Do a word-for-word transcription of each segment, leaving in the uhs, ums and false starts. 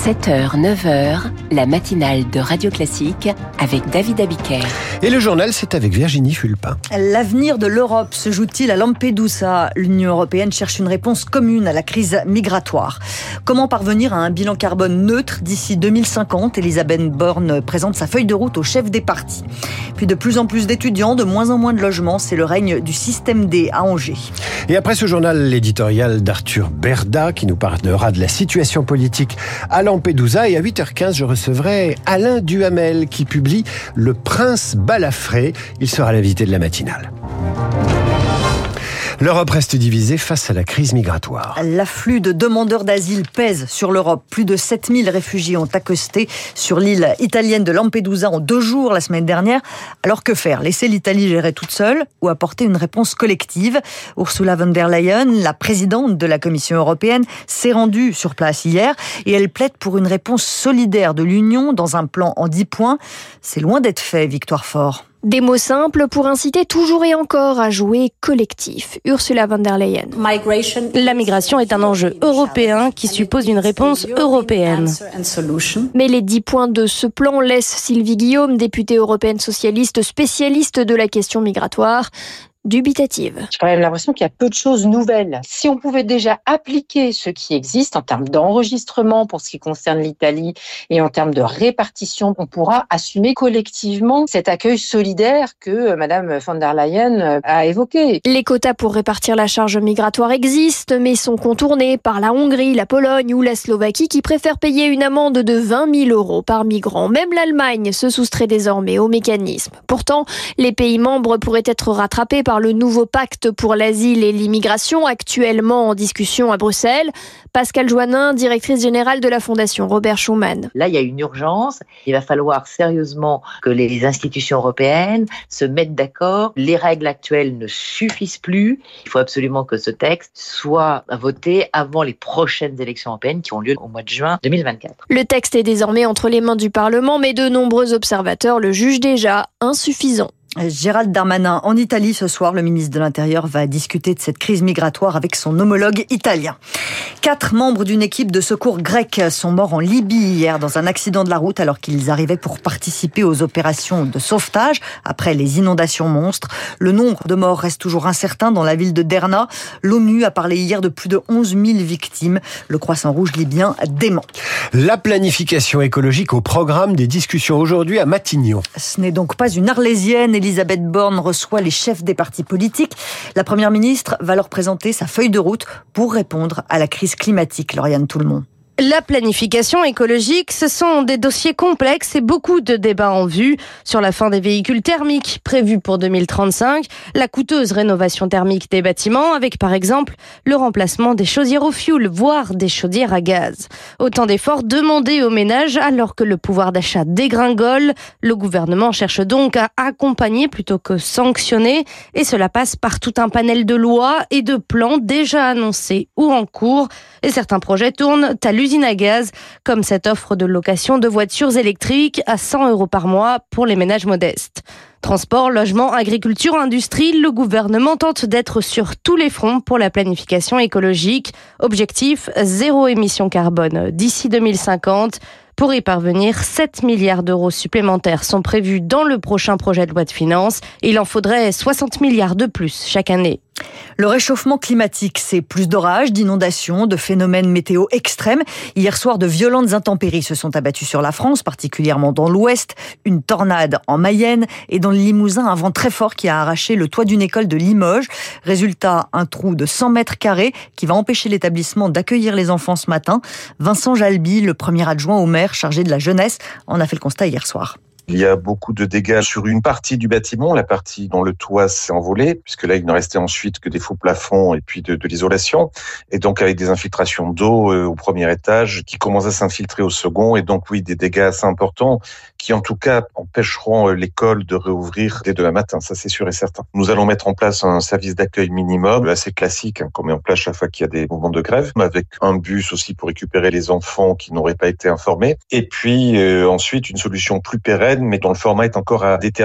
sept heures, neuf heures, la matinale de Radio Classique avec David Abiker. Et le journal, c'est avec Virginie Fulpin. L'avenir de l'Europe se joue-t-il à Lampedusa ? L'Union européenne cherche une réponse commune à la crise migratoire. Comment parvenir à un bilan carbone neutre d'ici deux mille cinquante ? Elisabeth Borne présente sa feuille de route aux chefs des partis. Puis de plus en plus d'étudiants, de moins en moins de logements, c'est le règne du système D à Angers. Et après ce journal, l'éditorial d'Arthur Berda qui nous parlera de la situation politique à Lampedusa. Et à huit heures quinze, je recevrai Alain Duhamel qui publie Le Prince Balafré. Il sera l'invité de la matinale. L'Europe reste divisée face à la crise migratoire. L'afflux de demandeurs d'asile pèse sur l'Europe. Plus de sept mille réfugiés ont accosté sur l'île italienne de Lampedusa en deux jours la semaine dernière. Alors que faire ? Laisser l'Italie gérer toute seule ou apporter une réponse collective ? Ursula von der Leyen, la présidente de la Commission européenne, s'est rendue sur place hier et elle plaide pour une réponse solidaire de l'Union dans un plan en dix points. C'est loin d'être fait, Victoire Fort. Des mots simples pour inciter toujours et encore à jouer collectif. Ursula von der Leyen. La migration est un enjeu européen qui suppose une réponse européenne. Mais les dix points de ce plan laissent Sylvie Guillaume, députée européenne socialiste spécialiste de la question migratoire, dubitative. J'ai quand même l'impression qu'il y a peu de choses nouvelles. Si on pouvait déjà appliquer ce qui existe en termes d'enregistrement pour ce qui concerne l'Italie et en termes de répartition, on pourra assumer collectivement cet accueil solidaire que Madame von der Leyen a évoqué. Les quotas pour répartir la charge migratoire existent, mais sont contournés par la Hongrie, la Pologne ou la Slovaquie qui préfèrent payer une amende de vingt mille euros par migrant. Même l'Allemagne se soustrait désormais au mécanisme. Pourtant, les pays membres pourraient être rattrapés par le nouveau pacte pour l'asile et l'immigration, actuellement en discussion à Bruxelles. Pascale Joannin, directrice générale de la Fondation Robert Schuman. Là, il y a une urgence. Il va falloir sérieusement que les institutions européennes se mettent d'accord. Les règles actuelles ne suffisent plus. Il faut absolument que ce texte soit voté avant les prochaines élections européennes qui ont lieu au mois de juin deux mille vingt-quatre. Le texte est désormais entre les mains du Parlement, mais de nombreux observateurs le jugent déjà insuffisant. Gérald Darmanin, en Italie ce soir, le ministre de l'Intérieur va discuter de cette crise migratoire avec son homologue italien. Quatre membres d'une équipe de secours grecque sont morts en Libye hier dans un accident de la route alors qu'ils arrivaient pour participer aux opérations de sauvetage après les inondations monstres. Le nombre de morts reste toujours incertain dans la ville de Derna. L'ONU a parlé hier de plus de onze mille victimes. Le Croissant-Rouge libyen dément. La planification écologique au programme des discussions aujourd'hui à Matignon. Ce n'est donc pas une arlésienne. Elisabeth Borne reçoit les chefs des partis politiques. La première ministre va leur présenter sa feuille de route pour répondre à la crise climatique. Lauriane Tout-le-Monde. La planification écologique, ce sont des dossiers complexes et beaucoup de débats en vue sur la fin des véhicules thermiques prévus pour deux mille trente-cinq, la coûteuse rénovation thermique des bâtiments avec par exemple le remplacement des chaudières au fioul, voire des chaudières à gaz. Autant d'efforts demandés aux ménages alors que le pouvoir d'achat dégringole. Le gouvernement cherche donc à accompagner plutôt que sanctionner et cela passe par tout un panel de lois et de plans déjà annoncés ou en cours. Et certains projets tournent à l'usine à gaz, comme cette offre de location de voitures électriques à cent euros par mois pour les ménages modestes. Transport, logement, agriculture, industrie, le gouvernement tente d'être sur tous les fronts pour la planification écologique. Objectif, zéro émission carbone d'ici deux mille cinquante. Pour y parvenir, sept milliards d'euros supplémentaires sont prévus dans le prochain projet de loi de finances. Il en faudrait soixante milliards de plus chaque année. Le réchauffement climatique, c'est plus d'orages, d'inondations, de phénomènes météo extrêmes. Hier soir, de violentes intempéries se sont abattues sur la France, particulièrement dans l'ouest. Une tornade en Mayenne et dans le Limousin, un vent très fort qui a arraché le toit d'une école de Limoges. Résultat, un trou de cent mètres carrés qui va empêcher l'établissement d'accueillir les enfants ce matin. Vincent Jalby, le premier adjoint au maire chargé de la jeunesse, en a fait le constat hier soir. Il y a beaucoup de dégâts sur une partie du bâtiment, la partie dont le toit s'est envolé, puisque là, il ne restait ensuite que des faux plafonds et puis de, de l'isolation. Et donc, avec des infiltrations d'eau euh, au premier étage qui commencent à s'infiltrer au second. Et donc, oui, des dégâts assez importants qui, en tout cas, empêcheront euh, l'école de réouvrir dès demain matin. Ça, c'est sûr et certain. Nous allons mettre en place un service d'accueil minimum, assez classique, hein, qu'on met en place chaque fois qu'il y a des mouvements de grève, avec un bus aussi pour récupérer les enfants qui n'auraient pas été informés. Et puis, euh, ensuite, une solution plus pérenne, mais dont le format est encore à déterminer.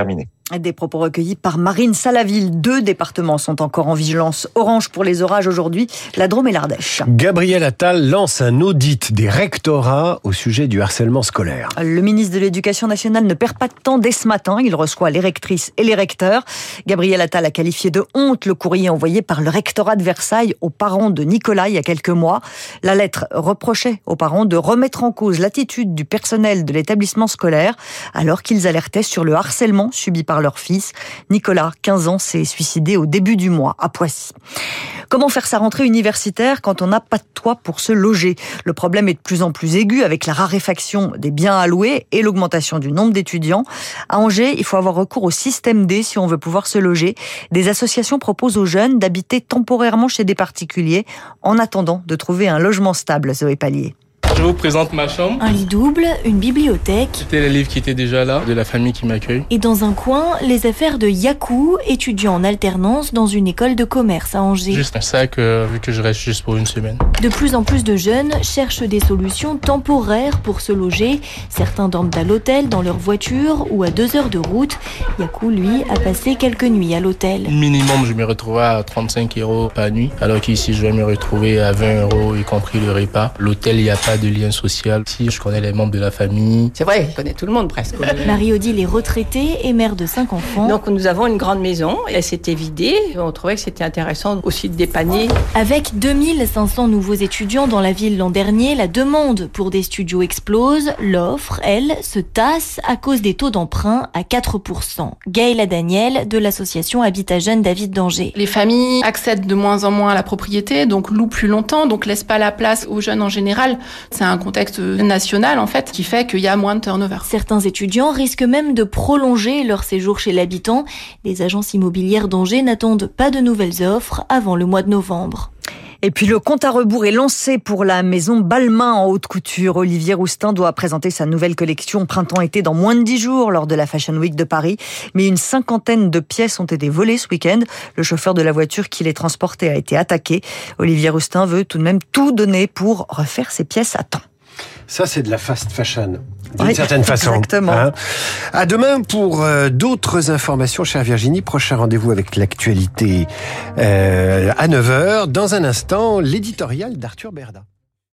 Des propos recueillis par Marine Salaville. Deux départements sont encore en vigilance orange pour les orages aujourd'hui, la Drôme et l'Ardèche. Gabriel Attal lance un audit des rectorats au sujet du harcèlement scolaire. Le ministre de l'Éducation nationale ne perd pas de temps dès ce matin. Il reçoit les rectrices et les recteurs. Gabriel Attal a qualifié de honte le courrier envoyé par le rectorat de Versailles aux parents de Nicolas il y a quelques mois. La lettre reprochait aux parents de remettre en cause l'attitude du personnel de l'établissement scolaire alors qu'ils alertaient sur le harcèlement subi par leur fils. Nicolas, quinze ans, s'est suicidé au début du mois à Poissy. Comment faire sa rentrée universitaire quand on n'a pas de toit pour se loger ? Le problème est de plus en plus aigu avec la raréfaction des biens alloués et l'augmentation du nombre d'étudiants. À Angers, il faut avoir recours au système D si on veut pouvoir se loger. Des associations proposent aux jeunes d'habiter temporairement chez des particuliers en attendant de trouver un logement stable. Zoé Pallier. Je vous présente ma chambre. Un lit double, une bibliothèque. C'était les livres qui étaient déjà là, de la famille qui m'accueille. Et dans un coin, les affaires de Yakou, étudiant en alternance dans une école de commerce à Angers. Juste un sac, euh, vu que je reste juste pour une semaine. De plus en plus de jeunes cherchent des solutions temporaires pour se loger. Certains dorment à l'hôtel, dans leur voiture ou à deux heures de route. Yakou, lui, a passé quelques nuits à l'hôtel. Minimum, je me retrouvais à trente-cinq euros par nuit, alors qu'ici, je vais me retrouver à vingt euros, y compris le repas. L'hôtel, il n'y a pas de lien social. Si je connais les membres de la famille. C'est vrai, je connais tout le monde presque. Marie-Odile est retraitée et mère de cinq enfants. Donc nous avons une grande maison, elle s'était vidée. On trouvait que c'était intéressant aussi de dépanner. Avec deux mille cinq cents nouveaux étudiants dans la ville l'an dernier, la demande pour des studios explose. L'offre, elle, se tasse à cause des taux d'emprunt à quatre pour cent. Gaëla Daniel de l'association Habitat Jeune David d'Angers. Les familles accèdent de moins en moins à la propriété, donc louent plus longtemps, donc laissent pas la place aux jeunes en général. C'est un contexte national, en fait, qui fait qu'il y a moins de turnover. Certains étudiants risquent même de prolonger leur séjour chez l'habitant. Les agences immobilières d'Angers n'attendent pas de nouvelles offres avant le mois de novembre. Et puis le compte à rebours est lancé pour la maison Balmain en haute couture. Olivier Roustin doit présenter sa nouvelle collection printemps-été dans moins de dix jours lors de la Fashion Week de Paris. Mais une cinquantaine de pièces ont été volées ce week-end. Le chauffeur de la voiture qui les transportait a été attaqué. Olivier Roustin veut tout de même tout donner pour refaire ses pièces à temps. Ça, c'est de la fast fashion, d'une oui, certaine façon. Exactement. Hein. À demain pour euh, d'autres informations, chère Virginie. Prochain rendez-vous avec l'actualité euh, à neuf heures. Dans un instant, l'éditorial d'Arthur Berda.